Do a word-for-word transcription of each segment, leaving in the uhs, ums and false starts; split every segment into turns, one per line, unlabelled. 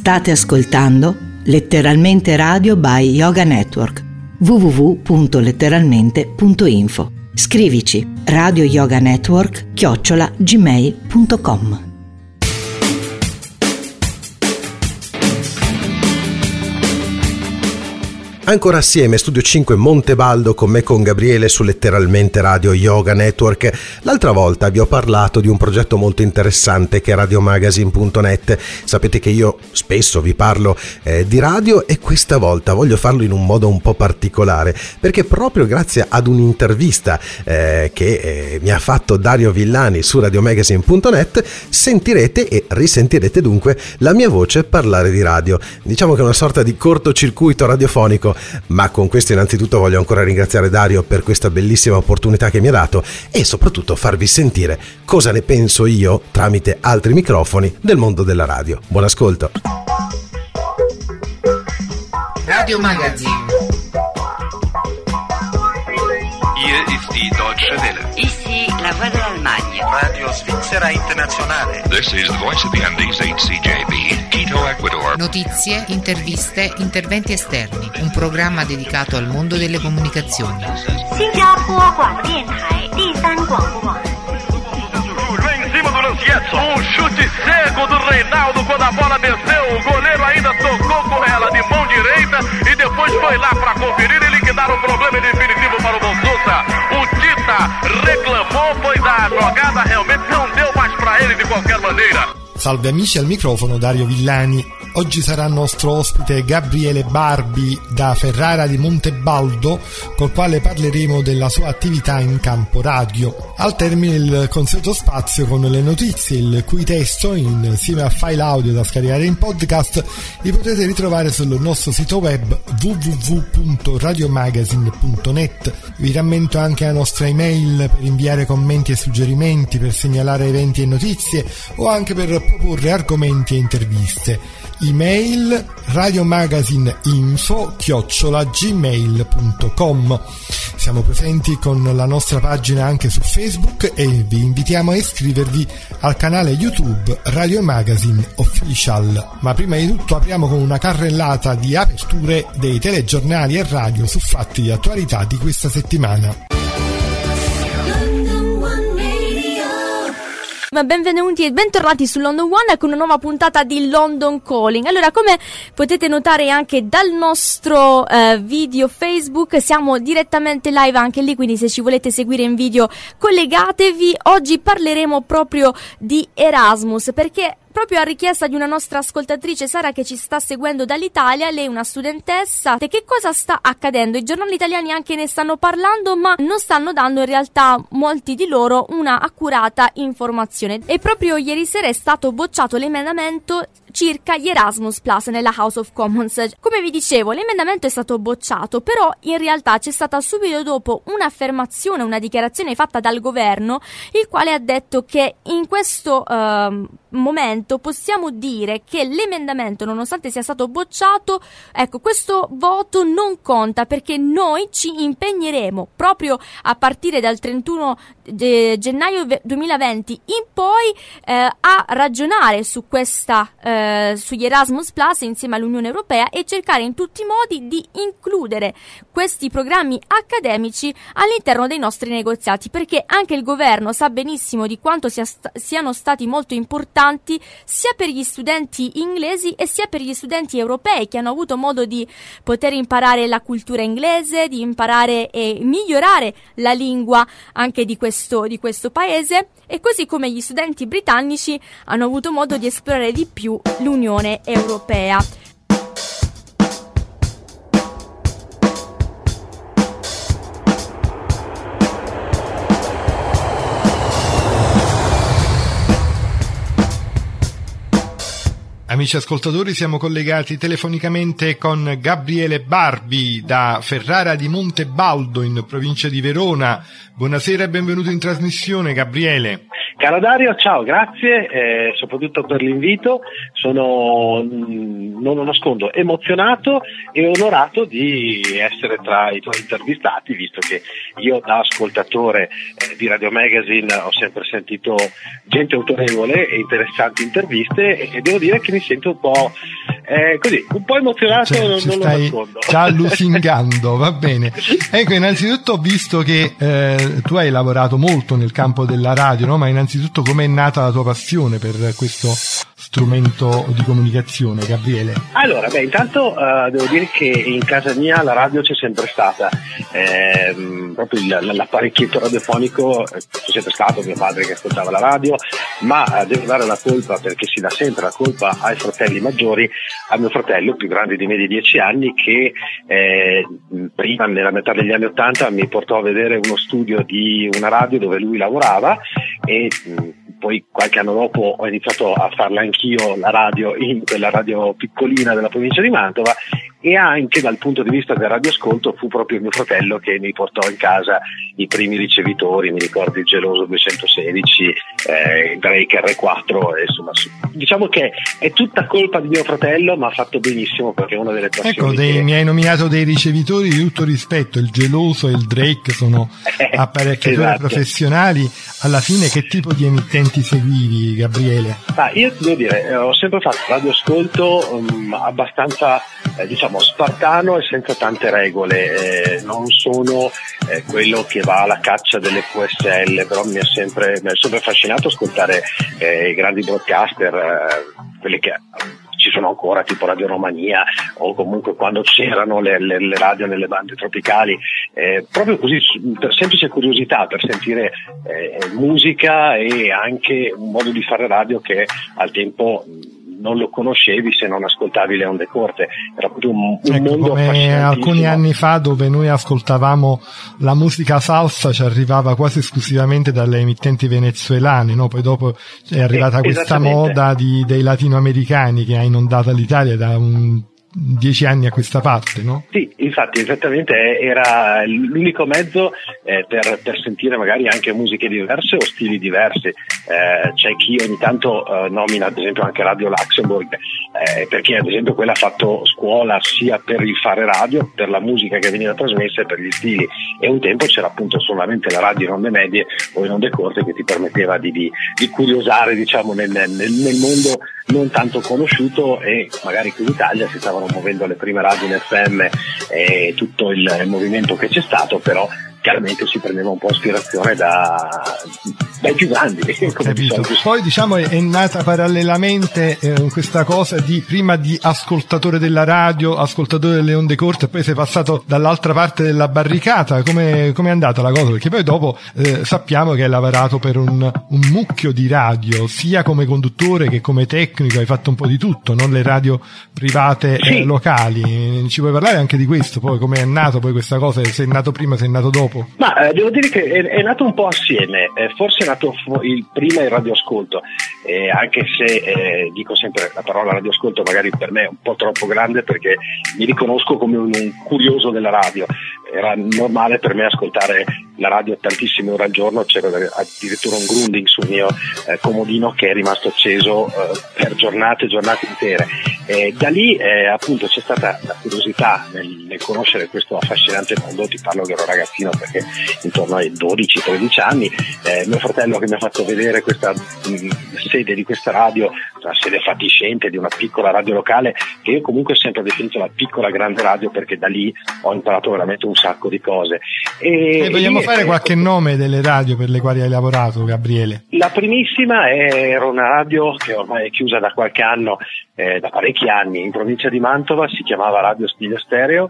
State ascoltando Letteralmente Radio by Yoga Network. w w w punto letteralmente punto info. Scrivici radio yoga network chiocciola gmail punto com.
Ancora assieme, Studio cinque Montebaldo, con me, con Gabriele, su Letteralmente Radio Yoga Network. L'altra volta vi ho parlato di un progetto molto interessante che è radio magazine punto net. Sapete che io spesso vi parlo eh, di radio, e questa volta voglio farlo in un modo un po' particolare, perché proprio grazie ad un'intervista eh, che eh, mi ha fatto Dario Villani su radio magazine punto net sentirete e risentirete dunque la mia voce parlare di radio. Diciamo che è una sorta di cortocircuito radiofonico. Ma con questo innanzitutto voglio ancora ringraziare Dario per questa bellissima opportunità che mi ha dato, e soprattutto farvi sentire cosa ne penso io tramite altri microfoni del mondo della radio. Buon ascolto.
Radio Magazine.
Hier ist die Deutsche Welle.
Ici la voix de l'Allemagne.
Radio Svizzera Internazionale.
This is the voice of the Andes H C J B, Quito, Ecuador.
Notizie, interviste, interventi esterni. Un programma dedicato al mondo delle comunicazioni.
Em cima do Lancietto, um chute cego do Reinaldo quando a bola desceu, o goleiro ainda tocou com ela de mão direita e depois foi lá para conferir e liquidar o problema definitivo para o Bonsusa. O Tita reclamou, pois a jogada realmente não deu mais para ele de qualquer maneira.
Salve amici, al microfono Dario Villani. Oggi sarà nostro ospite Gabriele Barbi da Ferrara di Montebaldo, col quale parleremo della sua attività in campo radio. Al termine il consueto spazio con le notizie, il cui testo, insieme a file audio da scaricare in podcast, li potrete ritrovare sul nostro sito web w w w punto radio magazine punto net. Vi rammento anche la nostra email per inviare commenti e suggerimenti, per segnalare eventi e notizie, o anche per proporre argomenti e interviste. Email radiomagazineinfo chiocciola gmail punto com. Siamo presenti con la nostra pagina anche su Facebook e vi invitiamo a iscrivervi al canale YouTube Radio Magazine Official. Ma prima di tutto apriamo con una carrellata di aperture dei telegiornali e radio su fatti di attualità di questa settimana.
Benvenuti e bentornati su London One con una nuova puntata di London Calling. Allora, come potete notare anche dal nostro eh, video Facebook, siamo direttamente live anche lì, quindi se ci volete seguire in video collegatevi. Oggi parleremo proprio di Erasmus, perché proprio a richiesta di una nostra ascoltatrice Sara che ci sta seguendo dall'Italia, lei è una studentessa. Che cosa sta accadendo? I giornali italiani anche ne stanno parlando, ma non stanno dando in realtà molti di loro una accurata informazione. E proprio ieri sera è stato bocciato l'emendamento circa gli Erasmus Plus nella House of Commons. Come vi dicevo, l'emendamento è stato bocciato, però in realtà c'è stata subito dopo un'affermazione, una dichiarazione fatta dal governo, il quale ha detto che in questo uh, momento possiamo dire che l'emendamento, nonostante sia stato bocciato, ecco, questo voto non conta, perché noi ci impegneremo proprio a partire dal trentuno gennaio duemilaventi in poi eh, a ragionare su questa eh, sugli Erasmus Plus insieme all'Unione Europea e cercare in tutti i modi di includere questi programmi accademici all'interno dei nostri negoziati, perché anche il governo sa benissimo di quanto sia sta- siano stati molto importanti sia per gli studenti inglesi e sia per gli studenti europei, che hanno avuto modo di poter imparare la cultura inglese, di imparare e migliorare la lingua anche di questo di questo paese, e così come gli studenti britannici hanno avuto modo di esplorare di più l'Unione Europea.
Amici ascoltatori, siamo collegati telefonicamente con Gabriele Barbi da Ferrara di Montebaldo in provincia di Verona. Buonasera e benvenuto in trasmissione, Gabriele.
Caro Dario, ciao, grazie eh, soprattutto per l'invito. Sono, mh, non lo nascondo, emozionato e onorato di essere tra i tuoi intervistati, visto che io da ascoltatore eh, di Radio Magazine ho sempre sentito gente autorevole e interessanti interviste, e devo dire che mi sento un po' eh, così, un po' emozionato,
cioè,
non,
ci
non
stai
lo nascondo.
già lusingando, va bene. Ecco, innanzitutto ho visto che eh, tu hai lavorato molto nel campo della radio, no? Ma innanzitutto com'è nata la tua passione per questo strumento di comunicazione, Gabriele?
Allora, beh, intanto uh, devo dire che in casa mia la radio c'è sempre stata, eh, proprio il, l'apparecchietto radiofonico c'è sempre stato, mio padre che ascoltava la radio, ma uh, devo dare la colpa, perché si dà sempre la colpa ai fratelli maggiori, a mio fratello più grande di me di dieci anni, che eh, prima, nella metà degli anni ottanta, mi portò a vedere uno studio di una radio dove lui lavorava, e mh, poi qualche anno dopo ho iniziato a farla anch'io la radio in quella radio piccolina della provincia di Mantova, e anche dal punto di vista del radioascolto fu proprio mio fratello che mi portò in casa i primi ricevitori, mi ricordo il Geloso duecentosedici, eh, il Drake erre quattro, e insomma diciamo che è tutta colpa di mio fratello, ma ha fatto benissimo, perché è una delle passioni.
Ecco, dei,
che...
mi hai nominato dei ricevitori di tutto rispetto, il Geloso e il Drake sono apparecchiatori esatto. professionali. Alla fine che tipo di emittenti seguivi, Gabriele?
Ah, io devo dire, ho sempre fatto radioascolto um, abbastanza eh, diciamo spartano e senza tante regole, eh, non sono eh, quello che va alla caccia delle Q S L, però mi è sempre, mi è sempre affascinato ascoltare eh, i grandi broadcaster, eh, quelli che ci sono ancora, tipo Radio Romania, o comunque quando c'erano le, le, le radio nelle bande tropicali, eh, proprio così, per semplice curiosità, per sentire eh, musica e anche un modo di fare radio che al tempo non lo conoscevi se non ascoltavi le onde corte. Era proprio un, un
ecco,
mondo
come alcuni anni fa, dove noi ascoltavamo la musica salsa, ci arrivava quasi esclusivamente dalle emittenti venezuelane, no? Poi dopo è arrivata eh, questa moda di, dei latinoamericani che ha inondato l'Italia da un dieci anni a questa parte, no? Sì,
infatti esattamente era l'unico mezzo eh, per, per sentire magari anche musiche diverse o stili diversi. Eh, c'è chi ogni tanto eh, nomina ad esempio anche Radio Luxembourg, eh, perché ad esempio quella ha fatto scuola sia per il fare radio, per la musica che veniva trasmessa e per gli stili, e un tempo c'era appunto solamente la radio in onde medie o in onde corte che ti permetteva di, di, di curiosare, diciamo, nel, nel, nel mondo non tanto conosciuto, e magari qui in Italia si stavano muovendo le prime radio in F M e tutto il, il movimento che c'è stato, però chiaramente si prendeva un po' ispirazione da, dai più grandi.
Capito. Poi diciamo è, è nata parallelamente eh, questa cosa di prima di ascoltatore della radio, ascoltatore delle onde corte, e poi sei passato dall'altra parte della barricata. Come è andata la cosa? Perché poi dopo eh, sappiamo che hai lavorato per un, un mucchio di radio, sia come conduttore che come tecnico, hai fatto un po' di tutto, non le radio private sì. eh, locali. Ci puoi parlare anche di questo? Poi come è nato poi questa cosa? Se è nato prima, se è nato dopo?
Ma eh, devo dire che è, è nato un po' assieme, eh, forse è nato fu- il prima il radioascolto, eh, anche se eh, dico sempre la parola radioascolto magari per me è un po' troppo grande, perché mi riconosco come un, un curioso della radio. Era normale per me ascoltare la radio tantissime ore al giorno, c'era addirittura un Grundig sul mio eh, comodino che è rimasto acceso eh, per giornate e giornate intere. E da lì eh, appunto c'è stata la curiosità nel, nel conoscere questo affascinante mondo. Ti parlo che ero ragazzino, perché intorno ai dodici tredici anni, eh, mio fratello che mi ha fatto vedere questa mh, sede di questa radio, una sede fatiscente di una piccola radio locale, che io comunque ho sempre definito la piccola grande radio, perché da lì ho imparato veramente un sacco di cose. E,
e vogliamo e, fare eh, qualche nome delle radio per le quali hai lavorato, Gabriele?
La primissima era una radio che ormai è chiusa da qualche anno, eh, da parecchi anni, in provincia di Mantova, si chiamava Radio Stiglio Stereo,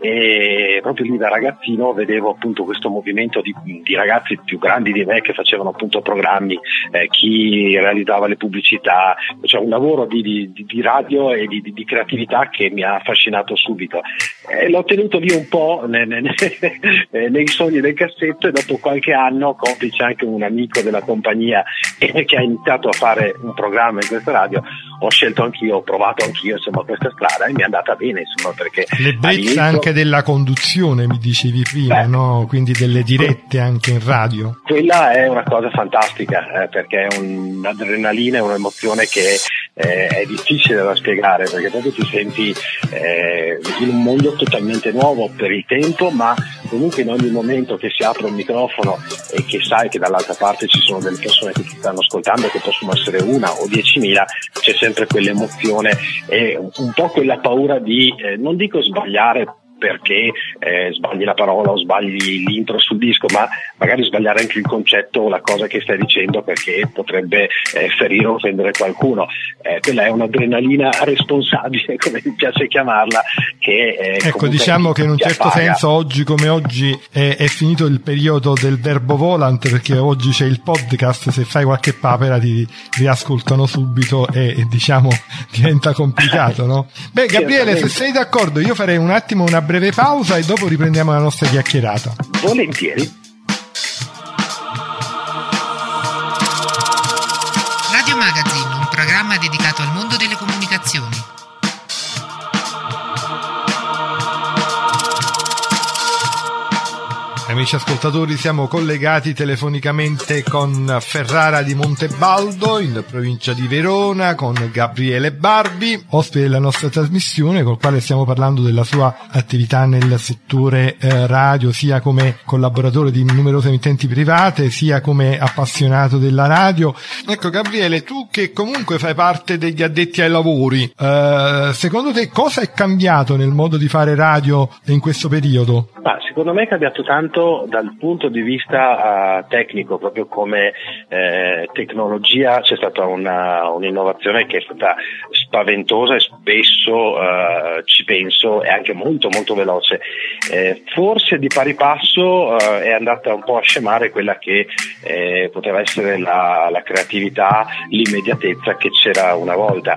e proprio lì da ragazzino vedevo appunto questo movimento di, di ragazzi più grandi di me che facevano appunto programmi, eh, chi realizzava le pubblicità, cioè un lavoro di, di, di radio e di, di, di creatività che mi ha affascinato subito. Eh, l'ho tenuto lì un po' nei, nei, nei sogni del cassetto, e dopo qualche anno, complice anche un amico della compagnia eh, che ha iniziato a fare un programma in questa radio, ho scelto anch'io, ho provato anch'io insomma questa strada, e mi è andata bene, insomma, perché
l'ebbrezza anche della conduzione, mi dicevi prima, beh, no? Quindi delle dirette anche in radio.
Quella è una cosa fantastica, eh, perché è un'adrenalina, è un'emozione che eh, è difficile da spiegare, perché proprio ti senti eh, in un mondo totalmente nuovo per il tempo, ma comunque in ogni momento che si apre un microfono e che sai che dall'altra parte ci sono delle persone che ti stanno ascoltando, che possono essere una o diecimila, c'è sempre quell'emozione e un po' quella paura di, eh, non dico sbagliare, perché eh, sbagli la parola o sbagli l'intro sul disco, ma magari sbagliare anche il concetto o la cosa che stai dicendo, perché potrebbe eh, ferire o offendere qualcuno. Eh, quella è un'adrenalina responsabile, come mi piace chiamarla, che eh,
ecco, diciamo che in un certo
appaga.
senso oggi come oggi è, è finito il periodo del verbo volant, perché oggi c'è il podcast, se fai qualche papera ti riascoltano subito e, e diciamo diventa complicato, no? Beh, Gabriele, se sei d'accordo io farei un attimo una breve pausa e dopo riprendiamo la nostra chiacchierata.
Volentieri.
Radio Magazine, un programma dedicato al mondo delle comunicazioni.
Amici ascoltatori, siamo collegati telefonicamente con Ferrara di Montebaldo, in provincia di Verona, con Gabriele Barbi, ospite della nostra trasmissione, col quale stiamo parlando della sua attività nel settore eh, radio, sia come collaboratore di numerose emittenti private, sia come appassionato della radio. Ecco, Gabriele, tu che comunque fai parte degli addetti ai lavori, eh, secondo te cosa è cambiato nel modo di fare radio in questo periodo?
Ah, secondo me è cambiato tanto dal punto di vista uh, tecnico, proprio come eh, tecnologia c'è stata una, un'innovazione che è stata spaventosa e spesso uh, ci penso è anche molto molto veloce. Eh, forse di pari passo uh, è andata un po' a scemare quella che eh, poteva essere la, la creatività, l'immediatezza che c'era una volta.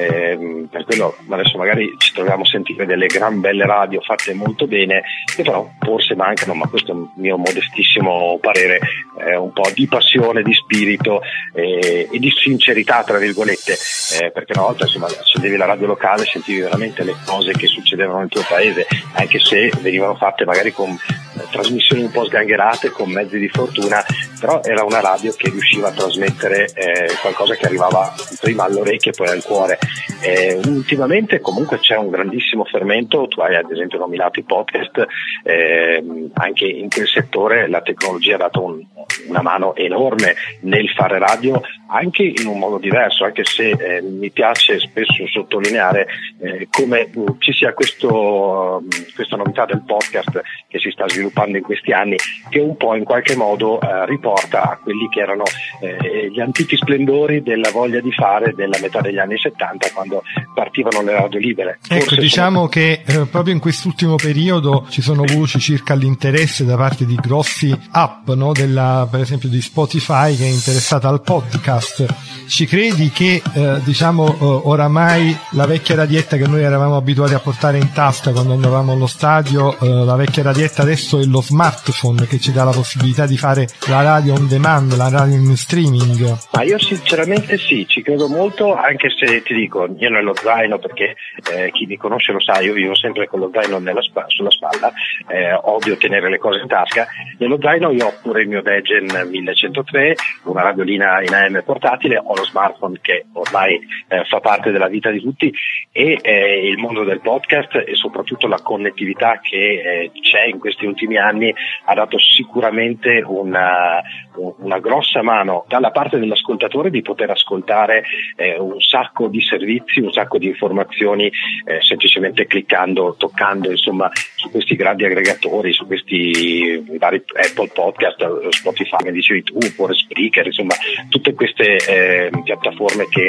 Eh, per quello adesso magari ci troviamo a sentire delle gran belle radio fatte molto bene, che però forse mancano, ma questo è un mio modestissimo parere, eh, un po' di passione, di spirito eh, e di sincerità tra virgolette, eh, perché una volta insomma accendevi la radio locale, sentivi veramente le cose che succedevano nel tuo paese, anche se venivano fatte magari con eh, trasmissioni un po' sgangherate, con mezzi di fortuna, però era una radio che riusciva a trasmettere eh, qualcosa che arrivava prima all'orecchio e poi al cuore. Eh, ultimamente comunque c'è un grandissimo fermento, tu hai ad esempio nominato i podcast, eh, anche in quel settore la tecnologia ha dato un, una mano enorme nel fare radio, anche in un modo diverso, anche se eh, mi piace spesso sottolineare eh, come uh, ci sia questo, uh, questa novità del podcast che si sta sviluppando in questi anni, che un po' in qualche modo uh, riporta a quelli che erano eh, gli antichi splendori della voglia di fare della metà degli anni settanta, quando partivano le radio libere.
Ecco,
Forse
diciamo
sono...
che eh, proprio in quest'ultimo periodo ci sono voci circa l'interesse da parte di grossi app, no? Della, per esempio di Spotify, che è interessata al podcast. Ci credi che eh, diciamo eh, oramai la vecchia radietta che noi eravamo abituati a portare in tasca quando andavamo allo stadio, eh, la vecchia radietta adesso è lo smartphone che ci dà la possibilità di fare la radio on demand, la radio in streaming?
Ma io sinceramente sì, ci credo molto, anche se ti dico, io nello zaino, perché eh, chi mi conosce lo sa, io vivo sempre con lo zaino nella sp- sulla spalla, eh, odio tenere le cose in tasca. Nello zaino io ho pure il mio Degen millecentotré, una radiolina in A M portatile, ho lo smartphone che ormai eh, fa parte della vita di tutti, e eh, il mondo del podcast e soprattutto la connettività che eh, c'è in questi ultimi anni ha dato sicuramente una, una grossa mano dalla parte dell'ascoltatore di poter ascoltare eh, un sacco di servizi, un sacco di informazioni eh, semplicemente cliccando, toccando insomma su questi grandi aggregatori, su questi vari Apple Podcast, Spotify, come dicevi tu, oppure Spreaker, insomma tutte queste eh, piattaforme che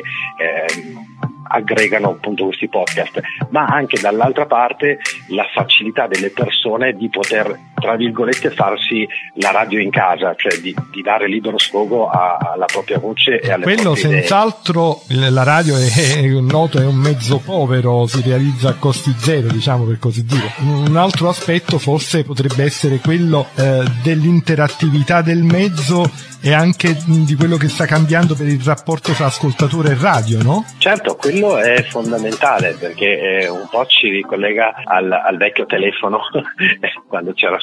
eh, aggregano appunto questi podcast, ma anche dall'altra parte la facilità delle persone di poter, tra virgolette, farsi la radio in casa, cioè di, di dare libero sfogo a, alla propria voce e alle
Quello
proprie
senz'altro idee. La radio è, è noto, è un mezzo povero, si realizza a costi zero, diciamo, per così dire. Un altro aspetto forse potrebbe essere quello eh, dell'interattività del mezzo e anche di quello che sta cambiando per il rapporto tra ascoltatore e radio, no?
Certo, quello è fondamentale, perché eh, un po' ci ricollega al, al vecchio telefono quando c'era solo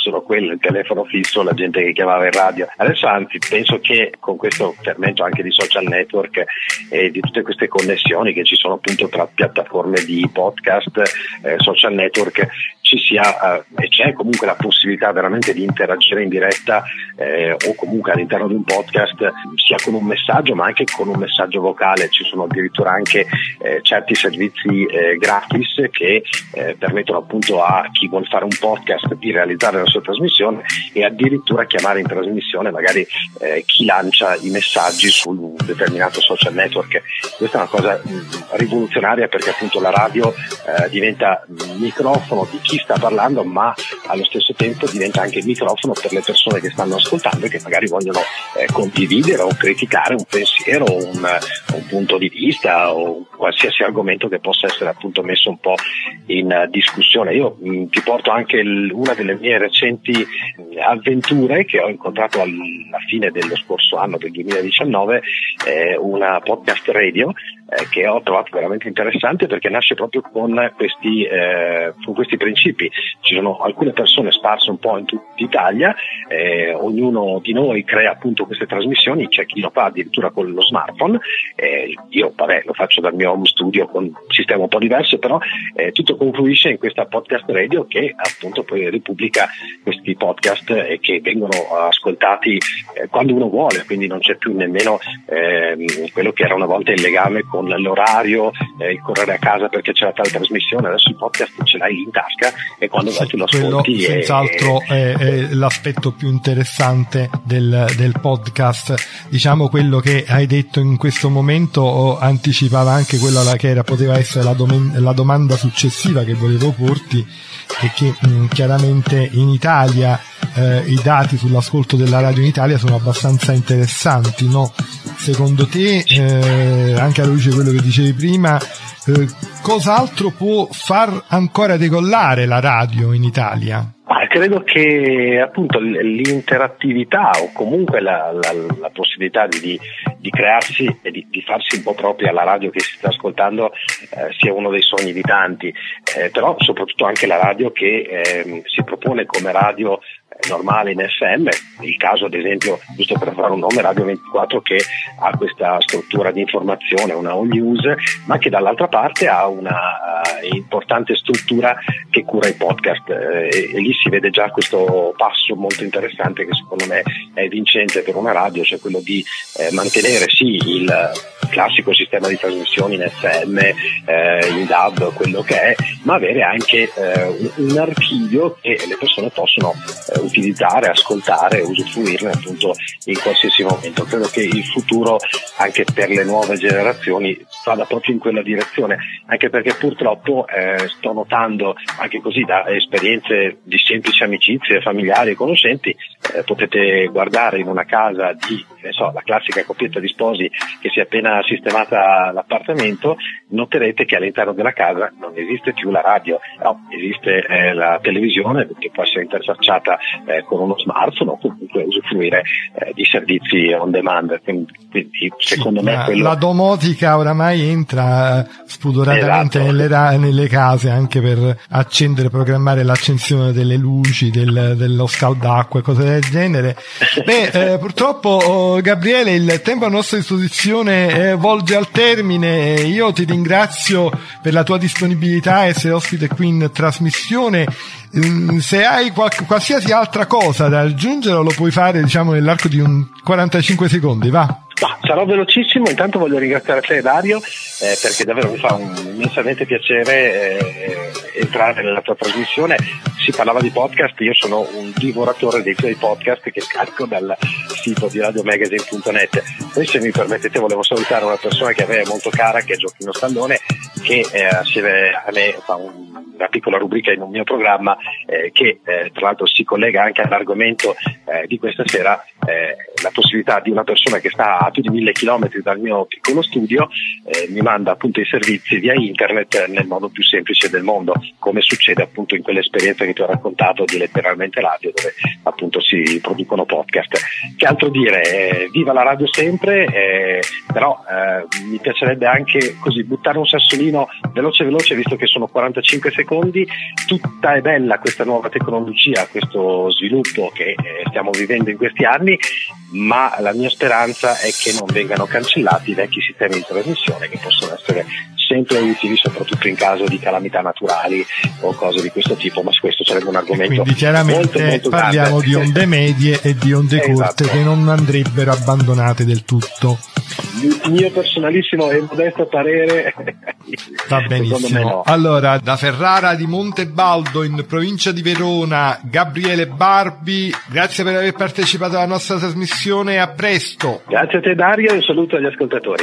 solo quello, il telefono fisso, la gente che chiamava in radio. Adesso anzi penso che con questo fermento anche di social network e di tutte queste connessioni che ci sono appunto tra piattaforme di podcast, eh, social network, ci sia eh, e c'è comunque la possibilità veramente di interagire in diretta eh, o comunque all'interno di un podcast, sia con un messaggio ma anche con un messaggio vocale. Ci sono addirittura anche eh, certi servizi eh, gratis che eh, permettono appunto a chi vuol fare un podcast di realizzare la sua trasmissione e addirittura chiamare in trasmissione magari eh, chi lancia i messaggi su un determinato social network. Questa è una cosa mh, rivoluzionaria, perché appunto la radio eh, diventa microfono di chi sta parlando, ma allo stesso tempo diventa anche microfono per le persone che stanno ascoltando e che magari vogliono eh, condividere o criticare un pensiero, un, un punto di vista o qualsiasi argomento che possa essere appunto messo un po' in uh, discussione. Io mh, ti porto anche il, una delle mie recenti mh, avventure che ho incontrato al, alla fine dello scorso anno, del duemiladiciannove, eh, una podcast radio eh, che ho trovato veramente interessante, perché nasce proprio con questi, eh, con questi principi. Ci sono alcune persone sparse un po' in tutta Italia, eh, ognuno di noi crea appunto queste trasmissioni, c'è chi lo fa addirittura con lo smartphone, eh, io vabbè lo faccio dal mio home studio con un sistema un po' diverso, però eh, tutto confluisce in questa podcast radio che appunto poi ripubblica questi podcast e eh, che vengono ascoltati eh, quando uno vuole, quindi non c'è più nemmeno eh, quello che era una volta il legame con l'orario, eh, il correre a casa perché c'era tale trasmissione. Adesso il podcast ce l'hai lì in tasca e quando vuoi tu lo ascolti.
Quello senz'altro è, è l'aspetto più interessante del, del podcast. Diciamo, quello che hai detto in questo momento anticipava anche quella che era, poteva essere la, dom- la domanda successiva che volevo porti, e che mh, chiaramente in Italia eh, i dati sull'ascolto della radio in Italia sono abbastanza interessanti, no? Secondo te, eh, anche alla luce di quello che dicevi prima, eh, cos'altro può far ancora decollare la radio in Italia?
Ma credo che appunto l'interattività o comunque la, la, la possibilità di, di crearsi e di, di farsi un po' propria la radio che si sta ascoltando eh, sia uno dei sogni di tanti, eh, però soprattutto anche la radio che eh, si propone come radio normale in F M, il caso ad esempio, giusto per fare un nome, Radio ventiquattro, che ha questa struttura di informazione, una all news, ma che dall'altra parte ha una uh, importante struttura che cura i podcast, eh, e, e lì si vede già questo passo molto interessante che secondo me è vincente per una radio, cioè quello di eh, mantenere sì il classico sistema di trasmissioni in F M, eh, in D A B, quello che è, ma avere anche eh, un, un archivio che le persone possono eh, utilizzare, ascoltare, usufruirne appunto in qualsiasi momento. Credo che il futuro anche per le nuove generazioni vada proprio in quella direzione, anche perché purtroppo eh, sto notando anche così da esperienze di semplici amicizie familiari e conoscenti, eh, potete guardare in una casa di, ne so, la classica coppietta di sposi che si è appena sistemata l'appartamento, noterete che all'interno della casa non esiste più la radio, no, esiste eh, la televisione che può essere interfacciata eh, con uno smartphone o comunque usufruire eh, di servizi on demand. Quindi, quindi secondo
sì,
me
la,
quello...
la domotica oramai entra spudoratamente esatto. nelle, nelle case, anche per accendere, programmare l'accensione delle luci, del, dello scaldacqua e cose del genere. Beh, eh, purtroppo oh, Gabriele, il tempo a nostra disposizione eh, volge al termine. Io ti ringrazio per la tua disponibilità a essere ospite qui in trasmissione. Se hai qual- qualsiasi altra cosa da aggiungere lo puoi fare, diciamo, nell'arco di un quarantacinque secondi, va?
No, sarò velocissimo. Intanto voglio ringraziare te, Dario, eh, perché davvero mi fa un immensamente piacere eh, entrare nella tua trasmissione. Si parlava di podcast, io sono un divoratore dei tuoi podcast che scarico dal sito di radio magazine punto net. Poi, se mi permettete, volevo salutare una persona che a me è molto cara, che è Giochino Stallone, che eh, assieme a me fa un, una piccola rubrica in un mio programma eh, che eh, tra l'altro si collega anche all'argomento eh, di questa sera, eh, la possibilità di una persona che sta a più di mille chilometri dal mio piccolo studio eh, mi manda appunto i servizi via internet nel modo più semplice del mondo, come succede appunto in quell'esperienza che ti ho raccontato di Letteralmente Radio, dove appunto si producono podcast. Che altro dire? Eh, viva la radio sempre, eh, però eh, mi piacerebbe anche così buttare un sassolino postino veloce veloce, visto che sono quarantacinque secondi. Tutta è bella questa nuova tecnologia, questo sviluppo che eh, stiamo vivendo in questi anni, ma la mia speranza è che non vengano cancellati i vecchi sistemi di trasmissione, che possono essere sempre utili, soprattutto in caso di calamità naturali o cose di questo tipo, ma su questo sarebbe un argomento.
Quindi chiaramente
molto, molto
parliamo
grande.
di onde medie e di onde
Esatto.
corte che non andrebbero abbandonate del tutto.
Il mio personalissimo e modesto parere
Va benissimo.
no.
Allora, da Ferrara di Montebaldo in provincia di Verona, Gabriele Barbi, grazie per aver partecipato alla nostra trasmissione e a presto.
Grazie a te Dario e un saluto agli ascoltatori.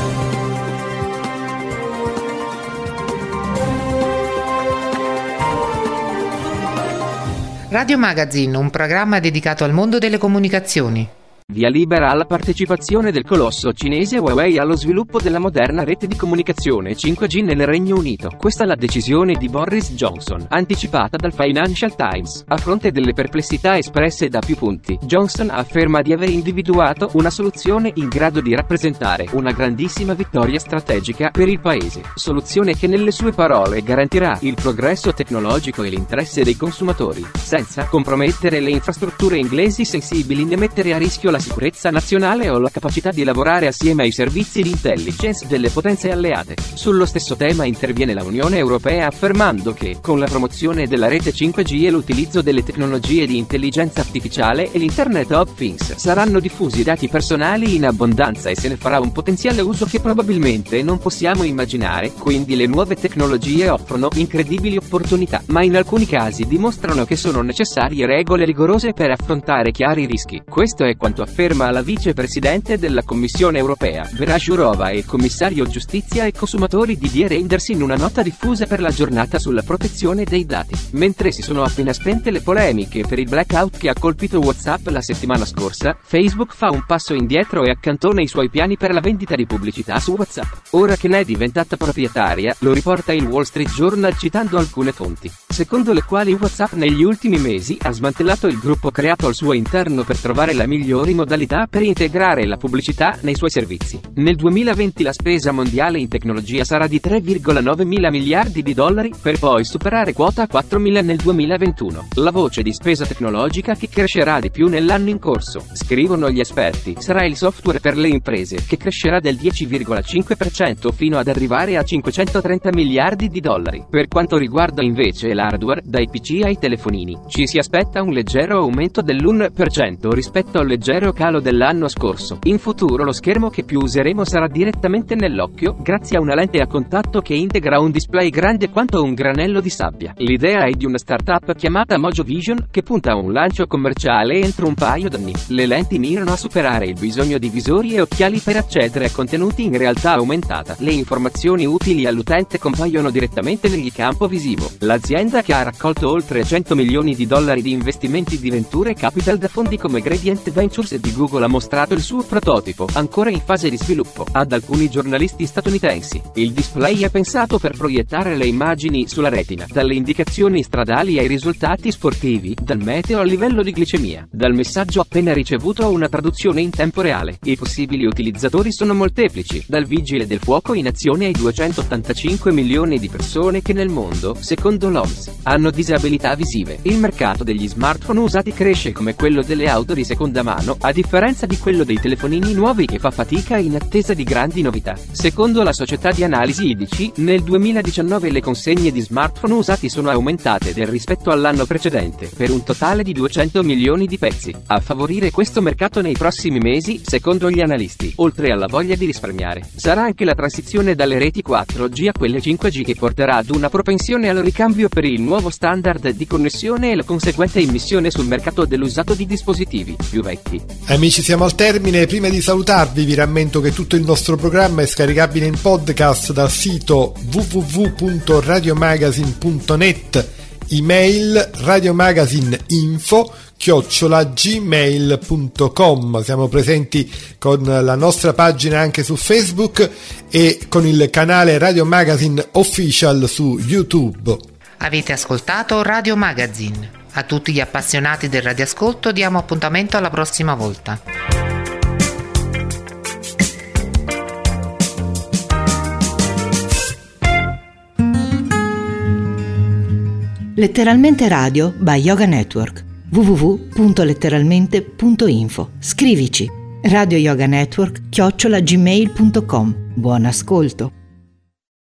Radio Magazine, un programma dedicato al mondo delle comunicazioni.
Via libera alla partecipazione del colosso cinese Huawei allo sviluppo della moderna rete di comunicazione cinque G nel Regno Unito. Questa è la decisione di Boris Johnson, anticipata dal Financial Times. A fronte delle perplessità espresse da più punti, Johnson afferma di aver individuato una soluzione in grado di rappresentare una grandissima vittoria strategica per il paese. Soluzione che nelle sue parole garantirà il progresso tecnologico e l'interesse dei consumatori, senza compromettere le infrastrutture inglesi sensibili né mettere a rischio la sicurezza nazionale o la capacità di lavorare assieme ai servizi di intelligence delle potenze alleate. Sullo stesso tema interviene la Unione Europea affermando che, con la promozione della rete cinque G e l'utilizzo delle tecnologie di intelligenza artificiale e l'Internet of Things, saranno diffusi dati personali in abbondanza e se ne farà un potenziale uso che probabilmente non possiamo immaginare. Quindi le nuove tecnologie offrono incredibili opportunità, ma in alcuni casi dimostrano che sono necessarie regole rigorose per affrontare chiari rischi. Questo è quanto afferma la vicepresidente della Commissione Europea, Vera Jourova, e il commissario Giustizia e Consumatori Didier Reynders in una nota diffusa per la giornata sulla protezione dei dati. Mentre si sono appena spente le polemiche per il blackout che ha colpito WhatsApp la settimana scorsa, Facebook fa un passo indietro e accantona i suoi piani per la vendita di pubblicità su WhatsApp. Ora che ne è diventata proprietaria, lo riporta il Wall Street Journal citando alcune fonti, secondo le quali WhatsApp negli ultimi mesi ha smantellato il gruppo creato al suo interno per trovare la migliori modalità per integrare la pubblicità nei suoi servizi. Nel duemilaventi la spesa mondiale in tecnologia sarà di tre virgola nove mila miliardi di dollari, per poi superare quota quattromila nel duemilaventuno. La voce di spesa tecnologica che crescerà di più nell'anno in corso, scrivono gli esperti, sarà il software per le imprese, che crescerà del dieci virgola cinque per cento fino ad arrivare a cinquecentotrenta miliardi di dollari. Per quanto riguarda invece l'hardware, dai P C ai telefonini, ci si aspetta un leggero aumento dell'uno per cento rispetto al leggero calo dell'anno scorso. In futuro lo schermo che più useremo sarà direttamente nell'occhio, grazie a una lente a contatto che integra un display grande quanto un granello di sabbia. L'idea è di una startup chiamata Mojo Vision, che punta a un lancio commerciale entro un paio d'anni. Le lenti mirano a superare il bisogno di visori e occhiali per accedere a contenuti in realtà aumentata. Le informazioni utili all'utente compaiono direttamente nel campo visivo. L'azienda, che ha raccolto oltre cento milioni di dollari di investimenti di venture capital da fondi come Gradient Ventures e di Google, ha mostrato il suo prototipo, ancora in fase di sviluppo, ad alcuni giornalisti statunitensi. Il display è pensato per proiettare le immagini sulla retina, dalle indicazioni stradali ai risultati sportivi, dal meteo al livello di glicemia, dal messaggio appena ricevuto a una traduzione in tempo reale. I possibili utilizzatori sono molteplici, dal vigile del fuoco in azione ai duecentottantacinque milioni di persone che nel mondo, secondo l'O M S, hanno disabilità visive. Il mercato degli smartphone usati cresce come quello delle auto di seconda mano, a differenza di quello dei telefonini nuovi che fa fatica in attesa di grandi novità. Secondo la società di analisi I D C, nel duemiladiciannove le consegne di smartphone usati sono aumentate del rispetto all'anno precedente, per un totale di duecento milioni di pezzi. A favorire questo mercato nei prossimi mesi, secondo gli analisti, oltre alla voglia di risparmiare, sarà anche la transizione dalle reti quattro G a quelle cinque G, che porterà ad una propensione al ricambio per il nuovo standard di connessione e la conseguente immissione sul mercato dell'usato di dispositivi più vecchi.
Amici, siamo al termine. Prima di salutarvi vi rammento che tutto il nostro programma è scaricabile in podcast dal sito w w w punto radiomagazine punto net, email radiomagazineinfo chiocciola gmail punto com. Siamo presenti con la nostra pagina anche su Facebook e con il canale Radio Magazine Official su YouTube.
Avete ascoltato Radio Magazine. A tutti gli appassionati del radioascolto diamo appuntamento alla prossima volta.
Letteralmente Radio by Yoga Network. w w w punto letteralmente punto info. Scrivici Radio Yoga Network chiocciola gmail punto com. Buon ascolto.